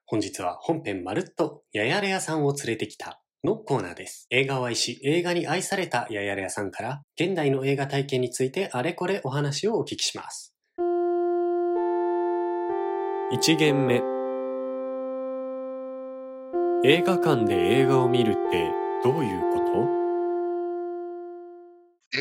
本日は本編まるっとややれやさんを連れてきたのコーナーです。映画を愛し、映画に愛されたややれやさんから現代の映画体験についてあれこれお話をお聞きします。1限目。映画館で映画を見るってどういうこと？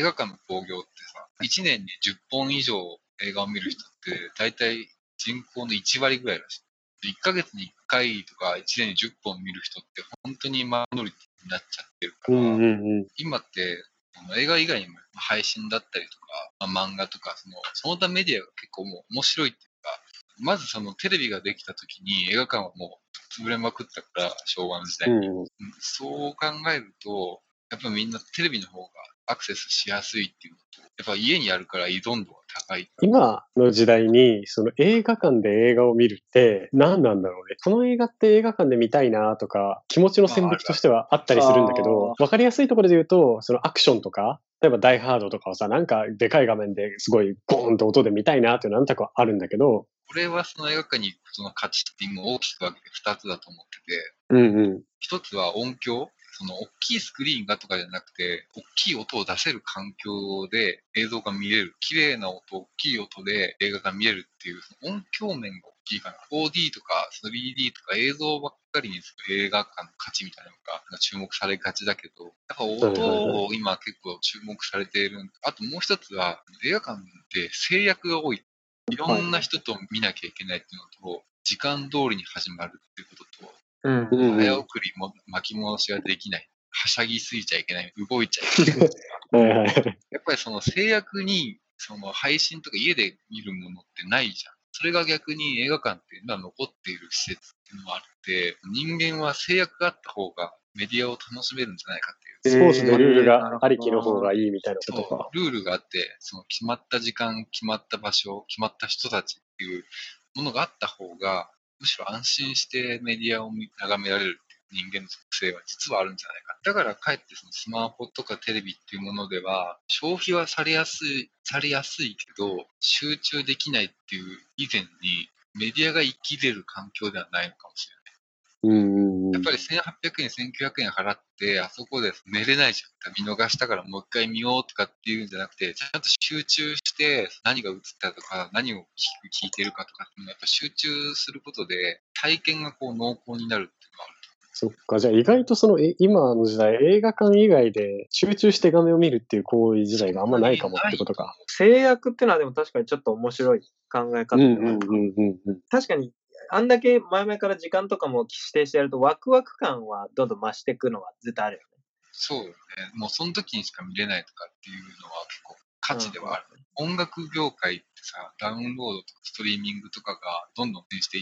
映画館の興行ってさ、1年に10本以上映画を見る人って大体人口の1割ぐらいらしい。1ヶ月に1回とか1年に10本見る人って本当にマイノリティになっちゃってるから、今って映画以外にも配信だったりとか、漫画とかその他メディアが結構もう面白いっていうか、まずそのテレビができた時に映画館はもう潰れまくったから、昭和の時代に。そう考えると、やっぱみんなテレビの方がアクセスしやすいっていうのと、やっぱ家にやるから依存度が高い。 今の時代にその映画館で映画を見るって何なんだろうね。この映画って映画館で見たいなとか気持ちの線引きとしてはあったりするんだけど、わかりやすいところで言うと、そのアクションとか、例えばダイハードとかをさ、なんかでかい画面ですごいゴーンと音で見たいなっていうのはなんとなくあるんだけど、 これはその映画館に行くことの価値って今大きく分けて2つだと思ってて、一つは音響。その大きいスクリーンがとかじゃなくて、大きい音を出せる環境で映像が見れる。綺麗な音、大きい音で映画が見れるっていう、その音響面が大きいかな。4D とか 3D とか映像ばっかりに映画館の価値みたいなのが注目されがちだけど、やっぱ音を今結構注目されている。あともう一つは、映画館で制約が多い。いろんな人と見なきゃいけないっていうのと、時間通りに始まるっていうことと、早送りも巻き戻しができない。はしゃぎすぎちゃいけない。動いちゃいけない。やっぱりその制約に、その配信とか家で見るものってないじゃん。それが逆に映画館っていうのは残っている施設っていうのがあって、人間は制約があった方がメディアを楽しめるんじゃないかっていう。 スポーツでルールがありきの方がいいみたいなことか。 ルールがあって、その決まった時間、決まった場所、決まった人たちっていうものがあった方が、むしろ安心してメディアを眺められる人間の属性は実はあるんじゃないか。だからかえってそのスマホとかテレビっていうものでは、消費はされやすいけど、集中できないっていう以前に、メディアが生きれる環境ではないのかもしれない。やっぱり1800円、1900円払って、あそこで寝れないじゃん。見逃したからもう一回見ようとかっていうんじゃなくて、ちゃんと集中して何が映ったとか、何を聞いてるかとかっていうのはやっぱ集中することで、体験がこう濃厚になるっていうのがある。 そっか、じゃあ意外とその今の時代、映画館以外で集中して画面を見るっていう行為自体があんまないかもってことか。 制約っていうのはでも確かにちょっと面白い考え方ではある。確かに、あんだけ前々から時間とかも指定してやるとワクワク感はどんどん増していくのは絶対あるよね。 そうよね。もうその時にしか見れないとかっていうのは結構価値ではある。音楽業界ってさ、ダウンロードとかストリーミングとかがどんどん変していって、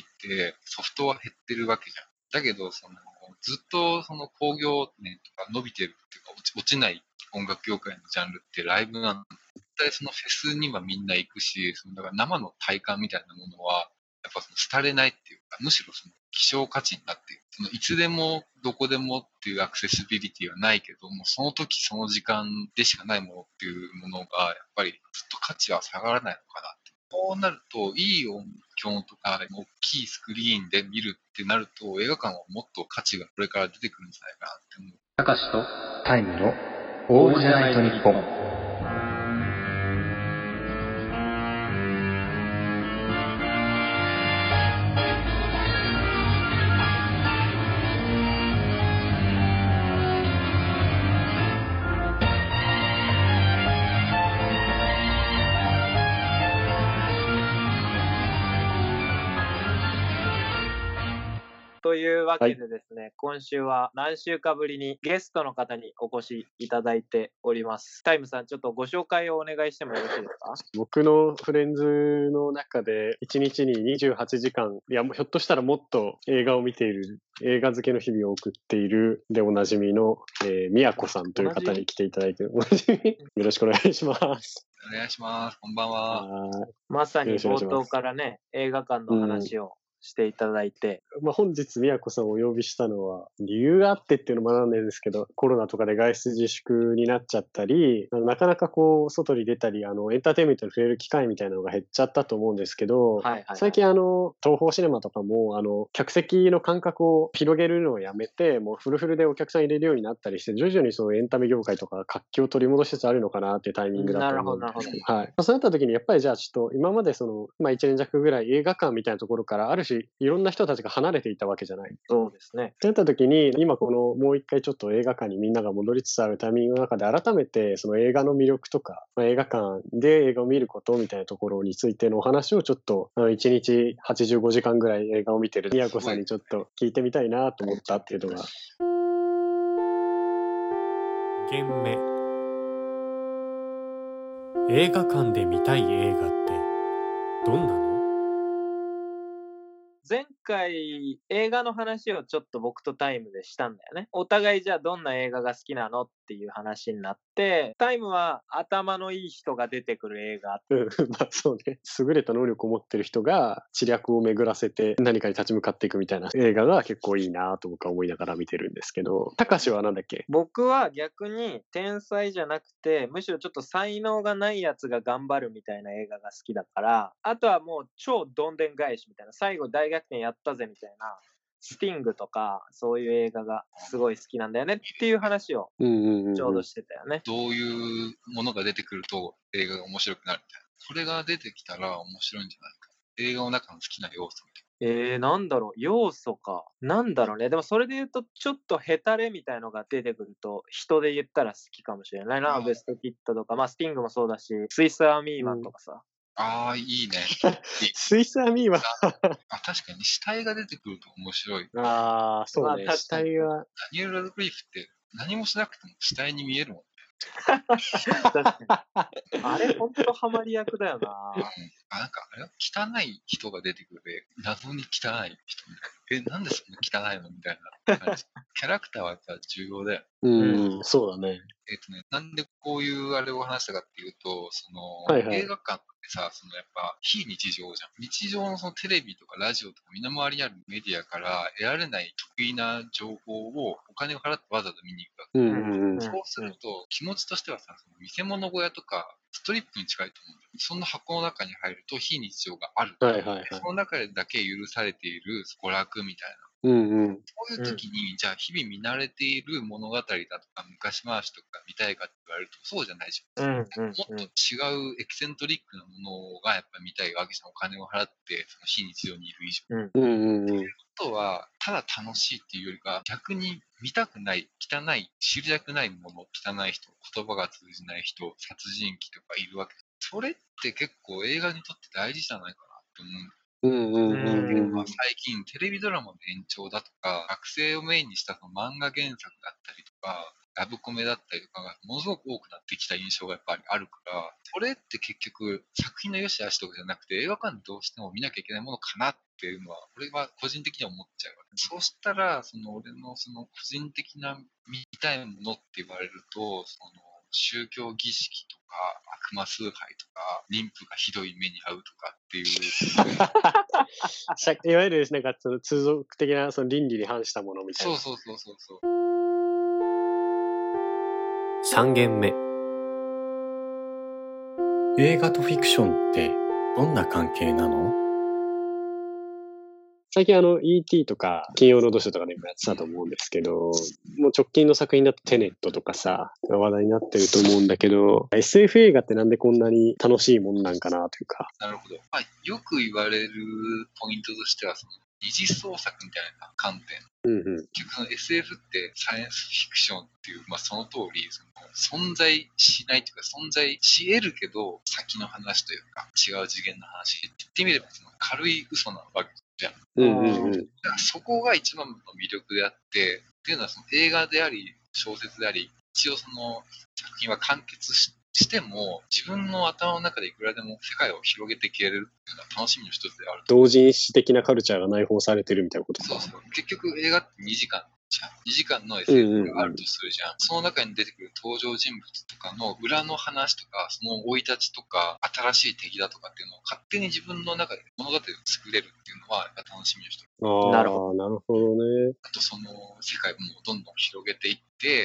ソフトは減ってるわけじゃん。だけど、ずっとその興行年とか伸びてるっていうか落ちない音楽業界のジャンルってライブなんだ。絶対そのフェスにはみんな行くし、だから生の体感みたいなものは、やっぱ廃れないっていうか、むしろその希少価値になっている。いつでもどこでもっていうアクセシビリティはないけども、その時その時間でしかないものっていうものが、やっぱりずっと価値は下がらないのかなって。こうなると、いい音響とか大きいスクリーンで見るってなると、映画館はもっと価値がこれから出てくるんじゃないかなって思う。 たかしとタイムのオールじゃないと日本。 というわけでですね、今週は何週かぶりにゲストの方にお越しいただいております。タイムさん、ちょっとご紹介をお願いしてもよろしいですか？ 僕のフレンズの中で1日に28時間、いや、ひょっとしたらもっと映画を見ている、映画漬けの日々を送っているでおなじみの、みやこさんという方に来ていただいてよろしくお願いします。 お願いします。こんばんは。 まさに冒頭からね、映画館の話をしていただいて。 本日、宮子さんをお呼びしたのは、理由があってっていうのもなんですけど、コロナとかで外出自粛になっちゃったり、なかなか外に出たり、エンターテインメントに触れる機会みたいなのが減っちゃったと思うんですけど、最近東宝シネマとかも、客席の間隔を広げるのをやめて、もうフルフルでお客さん入れるようになったりして、徐々にエンタメ業界とか活気を取り戻しつつあるのかなっていうタイミングだと思うんですけど、はい。そうなった時に、やっぱりじゃあちょっと今まで1年弱ぐらい映画館みたいなところからある種いろんな人たちが離れていたわけじゃない。 そうですね。 ってなった時に、今もう一回ちょっと映画館にみんなが戻りつつあるタイミングの中で改めてその映画の魅力とか、映画館で映画を見ることみたいなところについてのお話をちょっと1日85時間ぐらい映画を見てる宮子さんにちょっと聞いてみたいなと思ったっていうのが。 2軒目。映画館で見たい映画ってどんなの？ 前回映画の話をちょっと僕とタイムでしたんだよね。お互いじゃあどんな映画が好きなのっていう話になって、タイムは頭のいい人が出てくる映画。 そうね。優れた能力を持ってる人が知略を巡らせて何かに立ち向かっていくみたいな映画が結構いいなと僕は思いながら見てるんですけど、たかしはなんだっけ？ 僕は逆に天才じゃなくて、むしろちょっと才能がないやつが頑張るみたいな映画が好きだから、あとはもう超どんでん返しみたいな、最後大逆転やったぜみたいな、スティングとかそういう映画がすごい好きなんだよねっていう話をちょうどしてたよね。 どういうものが出てくると映画が面白くなるみたいな。これが出てきたら面白いんじゃないか。映画の中の好きな要素みたいな。 なんだろう、要素か。なんだろうね。でもそれで言うと、ちょっとヘタレみたいのが出てくると、人で言ったら好きかもしれないな。ベストキットとか、スティングもそうだし、スイスアーミーマンとかさ。 ああ、いいね。 スイスアーミーマン。 確かに死体が出てくると面白い。 ああ、そうね。死体が。 ダニエル・ラドクリフって何もしなくても死体に見えるもん。 確かに。あれ、ほんとハマり役だよな。 なんか、あれは汚い人が出てくる。謎に汚い人。なんでそんな汚いのみたいな感じ。キャラクターはやっぱ重要だよ。 そうだね。 なんでこういうあれを話したかっていうと、映画館ってさ、やっぱ非日常じゃん。日常のテレビとかラジオとか身の回りにあるメディアから得られない得意な情報をお金を払ってわざわざ見に行くわけ。そうすると気持ちとしてはさ、見せ物小屋とかストリップに近いと思うんだよ。そんな箱の中に入ると非日常がある。その中でだけ許されている娯楽みたいな。そういう時に、じゃあ日々見慣れている物語だとか昔話とか見たいかって言われるとそうじゃないじゃん。もっと違うエキセントリックなものがやっぱり見たいわけじゃん。お金を払ってその非日常にいる以上。ということは、ただ楽しいっていうよりか、逆に見たくない、汚い、知りたくないもの、汚い人、言葉が通じない人、殺人鬼とかいるわけ。それって結構映画にとって大事じゃないかなって思うんだ。最近テレビドラマの延長だとか、学生をメインにした漫画原作だったりとか、ラブコメだったりとかがものすごく多くなってきた印象がやっぱりあるから、それって結局作品の良し悪しとかじゃなくて映画館でどうしても見なきゃいけないものかなっていうのは、俺は個人的には思っちゃう。そうしたら、俺の個人的な見たいものって言われると、宗教儀式とか悪魔崇拝とか妊婦がひどい目に遭うとかっていういわゆるなんか通俗的な倫理に反したものみたいな。 そう。 3軒目。映画とフィクションってどんな関係なの？ 最近E.T. とか金曜ロードショーとかでもやってたと思うんですけど、もう直近の作品だとテネットとかさ、話題になってると思うんだけど、SF 映画ってなんでこんなに楽しいもんなんかなというか。 なるほど。よく言われるポイントとしては、二次創作みたいな観点。結局SF ってサイエンスフィクションっていう、その通り、存在しないというか、存在し得るけど、先の話というか、違う次元の話。言ってみれば、軽い嘘なわけじゃん。そこが一番の魅力であって、っていうのは映画であり、小説であり、一応作品は完結しても、自分の頭の中でいくらでも世界を広げていけるっていうのは楽しみの一つである。 同人誌的なカルチャーが内包されてるみたいなことか。 そう。結局映画って2時間じゃん。2時間の SF があるとするじゃん。その中に出てくる登場人物とかの裏の話とか、その生い立ちとか、新しい敵だとかっていうのを勝手に自分の中で物語を作れるっていうのは、やっぱ楽しみにしてる。 なるほどね。 あとその世界をもうどんどん広げていって、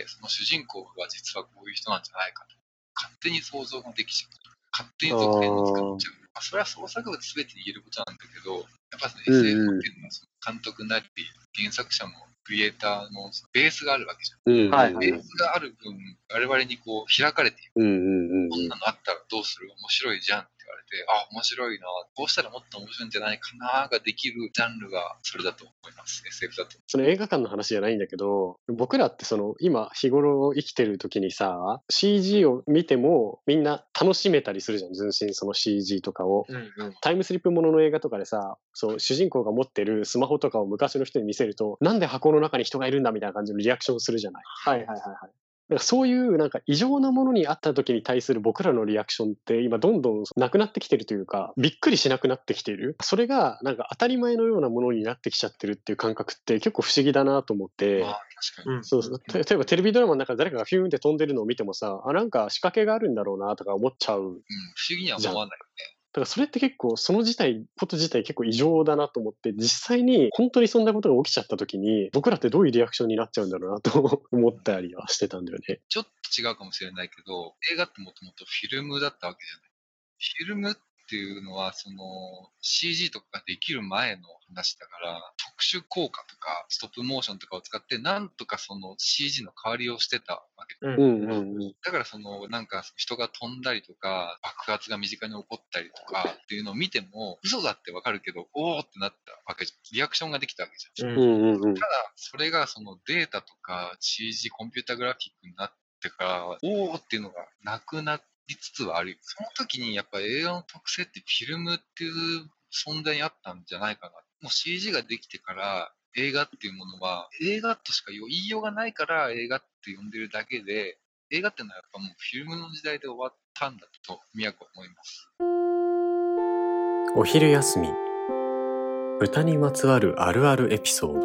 その主人公は実はこういう人なんじゃないかと。勝手に想像ができちゃう。勝手に続編を作っちゃう。それは創作物全てに言えることなんだけど、やっぱその SF っていうのはその監督なり、原作者もクリエイターのベースがあるわけじゃん。ベースがある分、我々にこう開かれていく。こんなのあったらどうする？面白いじゃんって言われて、あ、面白いな。こうしたらもっと面白いんじゃないかなができるジャンルがそれだと思います。SF だと。 その映画館の話じゃないんだけど、僕らってその今日頃生きてる時にさ、CG を見てもみんな楽しめたりするじゃん。純粋にその CG とかを。タイムスリップものの映画とかでさ、そう、主人公が持ってるスマホとかを昔の人に見せると、なんで箱の中に人がいるんだみたいな感じのリアクションするじゃない。なんかそういうなんか異常なものにあった時に対する僕らのリアクションって今どんどんなくなってきてるというか、びっくりしなくなってきている。それがなんか当たり前のようなものになってきちゃってるっていう感覚って結構不思議だなと思って。 確かに。 そうそう。例えばテレビドラマの中で誰かがフィューンって飛んでるのを見てもさ、あ、なんか仕掛けがあるんだろうなとか思っちゃう。 不思議には思わないよね。 だからそれって結構そのこと自体結構異常だなと思って、実際に本当にそんなことが起きちゃった時に僕らってどういうリアクションになっちゃうんだろうなと思ったりはしてたんだよね。 ちょっと違うかもしれないけど、映画ってもともとフィルムだったわけじゃない。フィルムっていうのはその CG とかができる前の話だから、特殊効果とかストップモーションとかを使ってなんとかその CG の代わりをしてたわけ。だからそのなんか人が飛んだりとか爆発が身近に起こったりとかっていうのを見ても嘘だってわかるけど、おーってなったわけじゃん。リアクションができたわけじゃん。ただそれがそのデータとか CG コンピュータグラフィックになってからおーっていうのがなくなりつつはある。その時にやっぱ映画の特性ってフィルムっていう存在にあったんじゃないかな。もう CG ができてから映画っていうものは映画としか言いようがないから映画って呼んでるだけで、映画っていうのはやっぱもうフィルムの時代で終わったんだと宮子は思います。 お昼休み、豚にまつわるあるあるエピソード。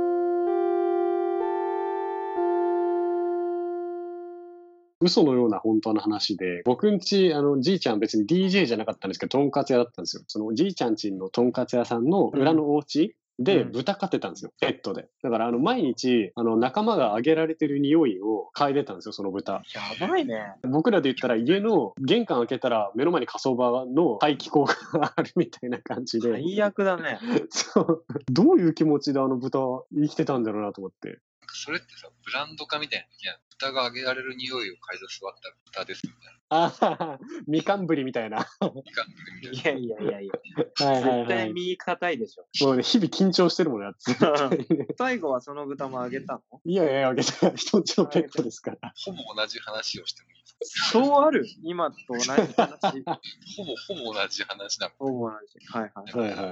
嘘のような本当の話で、僕んち、じいちゃん別に DJ じゃなかったんですけど、とんかつ屋だったんですよ。そのじいちゃんちのとんかつ屋さんの裏のお家で豚飼ってたんですよ。ペットで。だから毎日、仲間があげられてる匂いを嗅いでたんですよ、その豚。 やばいね。 僕らで言ったら家の玄関開けたら目の前に火葬場の排気口があるみたいな感じで。 最悪だね。 そう。どういう気持ちで豚生きてたんだろうなと思って。 それってさ、ブランド化みたいな時は、豚があげられる匂いを嗅いだ座った豚ですみたいな。 ああ、みかんぶりみたいな。 みかんぶりみたいな。 いや。絶対身硬いでしょ。 もうね、日々緊張してるもんね、 最後はその豚もあげたの？ いや、あげた。人んちのペットですから。 ほぼ同じ話をしてもいいですか？そうある？今と同じ話。 ほぼ同じ話なの。 ほぼ同じ。はい。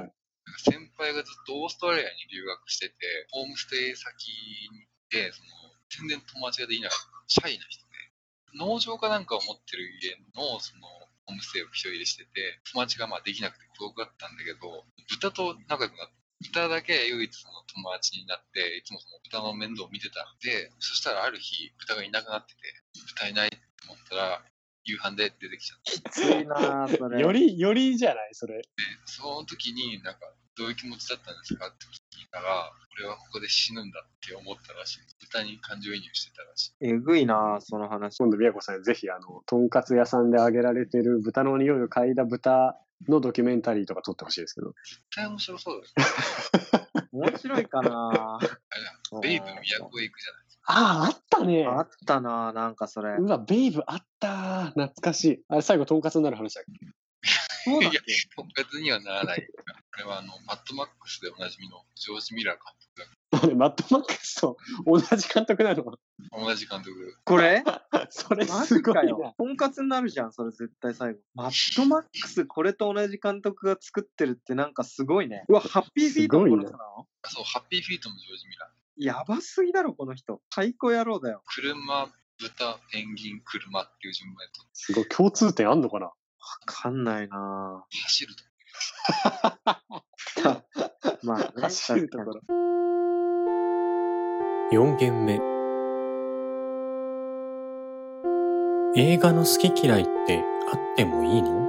先輩がずっとオーストラリアに留学してて、ホームステイ先に行って、全然友達ができなかった、シャイな人で、農場かなんかを持ってる家の、ホームステイを一人でしてて、友達ができなくて孤独だったんだけど、豚と仲良くなって、豚だけ唯一友達になって、いつも豚の面倒を見てたんで、そしたらある日、豚がいなくなってて、豚いないって思ったら、夕飯で出てきちゃった。 きついなそれ。 よりじゃないそれ。 で、その時にどういう気持ちだったんですかって聞いたら、俺はここで死ぬんだって思ったらしい。豚に感情移入してたらしい。 えぐいなその話。 今度宮子さんぜひとんかつ屋さんで揚げられてる豚の匂いを嗅いだ豚のドキュメンタリーとか撮ってほしいですけど。 絶対面白そうだよね。 面白いかなベイブ都へ行くじゃない。 あったね。 あったななんかそれ。 うわ、ベイブあった懐かしい。あれ最後とんかつになる話だっけ？ そうだっけ？ とんかつにはならない。これはマッドマックスでおなじみのジョージ・ミラー監督が。マッドマックスと同じ監督なの？ 同じ監督。 これそれすごいな。 とんかつになるじゃん、それ絶対最後。マッドマックスこれと同じ監督が作ってるってなんかすごいね。うわ、ハッピーフィートのこの人なの？ そう、ハッピーフィートのジョージ・ミラー。 やばすぎだろ、この人。最高野郎だよ。 車、豚、ペンギン、車っていう順番でと。 すごい、共通点あんのかな？ わかんないな走ると。 まあ、ね、 走るところ。 4限目。映画の好き嫌いってあってもいいの？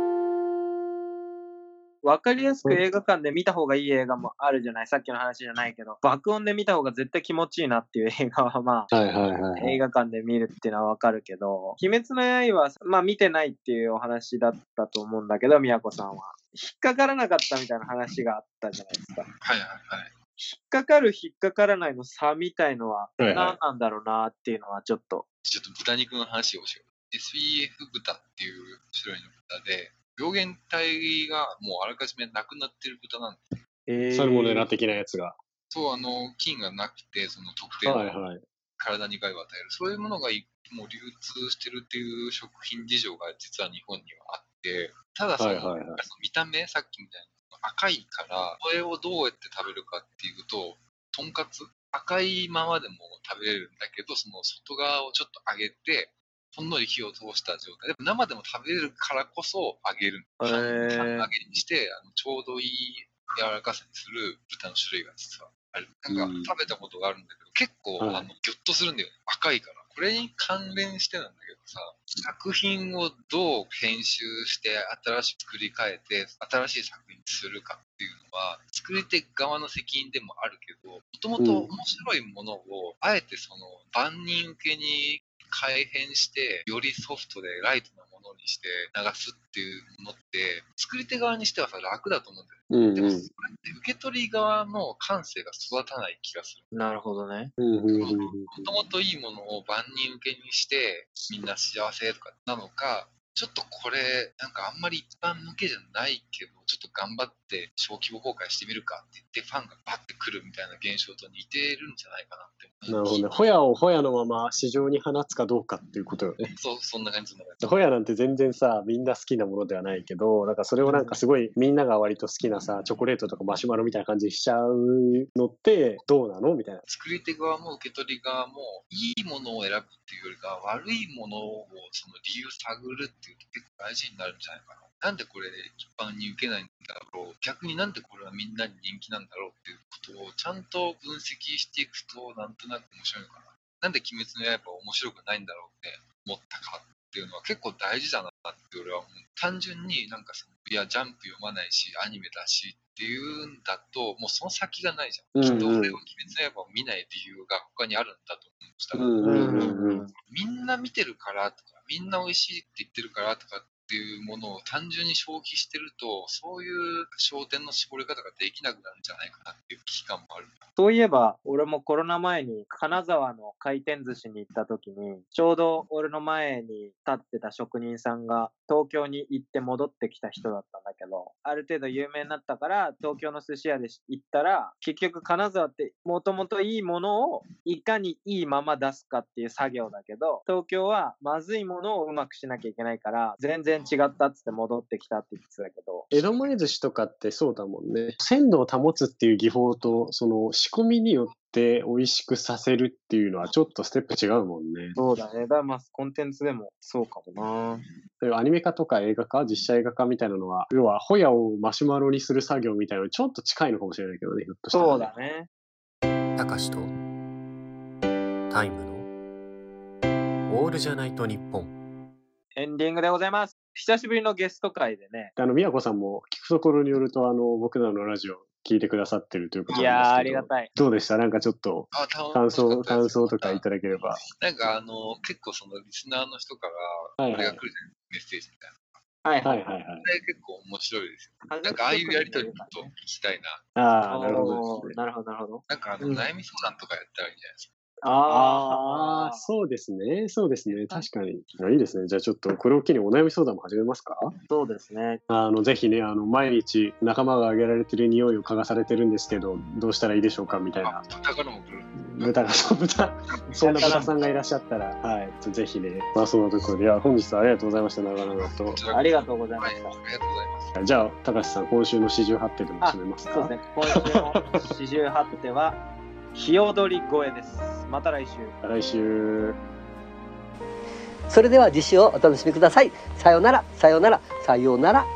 わかりやすく映画館で見た方がいい映画もあるじゃない。さっきの話じゃないけど、爆音で見た方が絶対気持ちいいなっていう映画はまあ、映画館で見るっていうのはわかるけど、鬼滅の刃はまあ見てないっていうお話だったと思うんだけど、宮子さんは。引っかからなかったみたいな話があったじゃないですか。 はいはいはい。 引っかかる引っかからないの差みたいのは何なんだろうなっていうのはちょっと豚肉の話をしよう。SPF 豚っていう種類の豚で、病原体がもうあらかじめなくなってる豚なんです。 サルモネラ的なやつが。 そう、菌がなくて、その特定の体に害を与える、そういうものがもう流通してるっていう食品事情が実は日本にはあって、ただその見た目、さっきみたいな赤いから、これをどうやって食べるかっていうと、とんかつ赤いままでも食べれるんだけど、その外側をちょっと揚げて、ほんのり火を通した状態で、生でも食べれるからこそ揚げる。半揚げにして、ちょうどいい柔らかさにする豚の種類が実はある。なんか食べたことがあるんだけど、結構ギョッとするんだよね。赤いから。これに関連してなんだけどさ、作品をどう編集して新しく作り変えて新しい作品にするかっていうのは作り手側の責任でもあるけど、もともと面白いものをあえてその万人受けに改変してよりソフトでライトなものにして流すっていうものって作り手側にしてはさ楽だと思うんだよね。でもそれって受け取り側の感性が育たない気がする。 なるほどね。 もともといいものを万人受けにしてみんな幸せとかなのか、ちょっとこれなんかあんまり一般向けじゃないけどちょっと頑張って小規模公開してみるかって言ってファンがバッて来るみたいな現象と似てるんじゃないかなって思う。 なるほどね。ホヤをホヤのまま市場に放つかどうかっていうことよね。 そう、そんな感じ。 ホヤなんて全然さ、みんな好きなものではないけど、なんかそれをなんかすごいみんなが割と好きなさ、チョコレートとかマシュマロみたいな感じにしちゃうのってどうなのみたいな。 作り手側も受け取り側もいいものを選ぶっていうよりか悪いものをその理由探るっていうと結構大事になるんじゃないかな。なんでこれ一般に受けないんだろう、逆になんでこれはみんなに人気なんだろうっていうことをちゃんと分析していくとなんとなく面白いのかな。なんで鬼滅の刃面白くないんだろうって思ったかっていうのは結構大事だなって俺は思う。単純になんかいやジャンプ読まないしアニメだしっていうんだともうその先がないじゃん。きっと俺は鬼滅の刃を見ない理由が他にあるんだと思うしたら、みんな見てるからとかみんな美味しいって言ってるからとかっていうものを単純に消費してるとそういう焦点の絞り方ができなくなるんじゃないかなっていう危機感もある。 そういえば俺もコロナ前に金沢の回転寿司に行った時にちょうど俺の前に立ってた職人さんが東京に行って戻ってきた人だったんだけど、ある程度有名になったから東京の寿司屋で行ったら結局金沢ってもともといいものをいかにいいまま出すかっていう作業だけど、東京はまずいものをうまくしなきゃいけないから全然違ったっつって戻ってきたって言ってたけど、 江戸前寿司とかってそうだもんね。鮮度を保つっていう技法とその仕込みによって美味しくさせるっていうのはちょっとステップ違うもんね。 そうだね。だからまあコンテンツでもそうかもな。 アニメ化とか映画化、実写映画化みたいなのは、要はホヤをマシュマロにする作業みたいなのにちょっと近いのかもしれないけどね、ひょっとしたら、ね。 そうだね。 たかしとタイムのオールじゃないと日本。 エンディングでございます。久しぶりのゲスト会でね。 宮子さんも聞くところによると、僕らのラジオ聞いてくださってるということなんですけど。いやー、 ありがたい。 どうでした？なんかちょっと感想とかいただければ。 なんか結構そのリスナーの人から、これが来るメッセージみたいな。 はいはいはいはい。 結構面白いですよ。なんかああいうやりとりと聞きたいな。 ああ、なるほどですね。 なるほどなるほど。 なんか悩み相談とかやったらいいんじゃないですか。 ああ、そうですね。そうですね。確かに。いいですね。じゃあちょっとこれを機にお悩み相談も始めますか？ そうですね。 ぜひね、毎日仲間が挙げられてる匂いを嗅がされてるんですけど、どうしたらいいでしょうかみたいな。 豚からも来る。 そんな豚さんがいらっしゃったら、はい、ぜひね。そのところで、本日はありがとうございました、長々と。 ありがとうございました。 ありがとうございます。 じゃあ、高橋さん、今週の四十八手でも締めますか？ そうですね。今週の四十八手は、日踊り声です。また来週。 来週。 それでは次週をお楽しみください。さようなら、さようなら、さようなら。